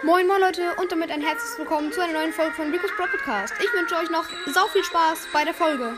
Moin moin Leute und damit ein herzliches Willkommen zu einer neuen Folge von Rico's Brawl Podcast. Ich wünsche euch noch sau viel Spaß bei der Folge.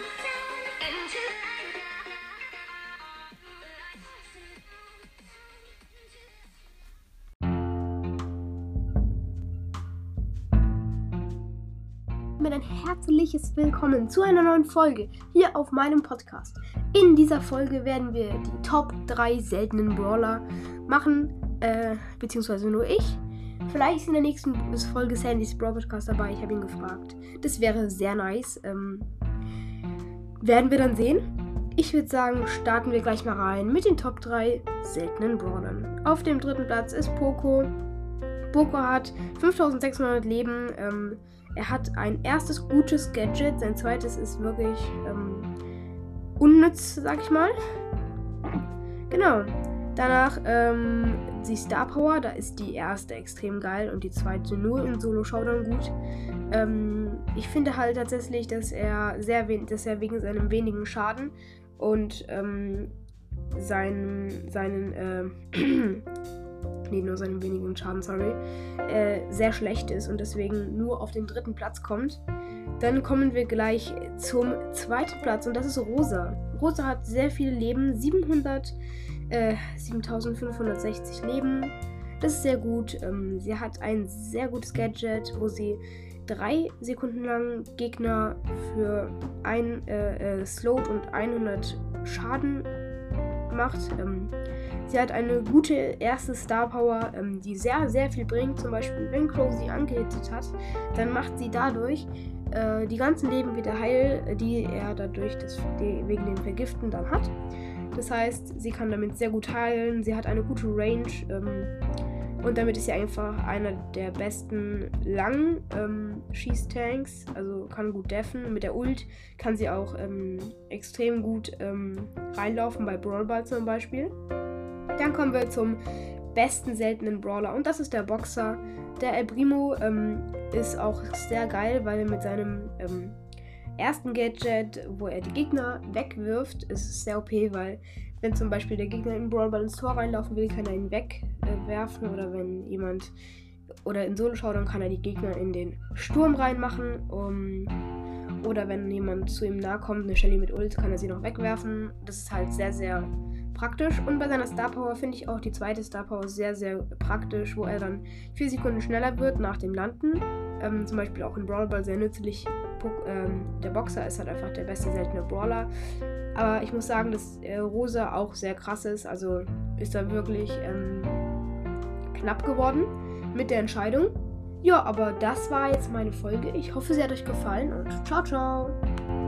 Mit ein herzliches Willkommen zu einer neuen Folge hier auf meinem Podcast. In dieser Folge werden wir die Top 3 seltenen Brawler machen, beziehungsweise nur ich. Vielleicht ist in der nächsten Folge Sandys Brawl Podcast dabei, ich habe ihn gefragt. Das wäre sehr nice. Werden wir dann sehen. Ich würde sagen, starten wir gleich mal rein mit den Top 3 seltenen Brawlern. Auf dem dritten Platz ist Poco. Poco hat 5600 Leben. Er hat ein erstes gutes Gadget, sein zweites ist wirklich unnütz, sag ich mal. Genau. Danach die Star Power, da ist die erste extrem geil und die zweite nur in Solo-Showdown gut. Ich finde halt tatsächlich, dass er wegen seinem wenigen Schaden und seinem wenigen Schaden, sehr schlecht ist und deswegen nur auf den dritten Platz kommt. Dann kommen wir gleich zum zweiten Platz und das ist Rosa. Rosa hat sehr viele Leben, 7560 Leben. Das ist sehr gut. Sie hat ein sehr gutes Gadget, wo sie 3 Sekunden lang Gegner für ein slowt und 100 Schaden macht. Sie hat eine gute erste Star Power, die sehr, sehr viel bringt. Zum Beispiel, wenn Crow sie angehittet hat, dann macht sie dadurch die ganzen Leben wieder heil, die er dadurch wegen dem Vergiften dann hat. Das heißt, sie kann damit sehr gut heilen, sie hat eine gute Range und damit ist sie einfach einer der besten langen Schießtanks, also kann gut deffen. Mit der Ult kann sie auch extrem gut reinlaufen, bei Brawl Ball zum Beispiel. Dann kommen wir zum besten seltenen Brawler und das ist der Boxer. Der El Primo ist auch sehr geil, weil er mit seinem ersten Gadget, wo er die Gegner wegwirft, ist es sehr OP, weil wenn zum Beispiel der Gegner in Brawl Ball ins Tor reinlaufen will, kann er ihn wegwerfen oder in Solo-Showdown kann er die Gegner in den Sturm reinmachen oder wenn jemand zu ihm nahe kommt, eine Shelly mit Ult, kann er sie noch wegwerfen. Das ist halt sehr, sehr praktisch und bei seiner Star Power finde ich auch die zweite Star Power sehr, sehr praktisch, wo er dann 4 Sekunden schneller wird nach dem Landen. Zum Beispiel auch in Brawl Ball sehr nützlich. Der Boxer ist halt einfach der beste seltene Brawler. Aber ich muss sagen, dass Rosa auch sehr krass ist. Also ist er wirklich knapp geworden mit der Entscheidung. Ja, aber das war jetzt meine Folge. Ich hoffe, sie hat euch gefallen und ciao, ciao.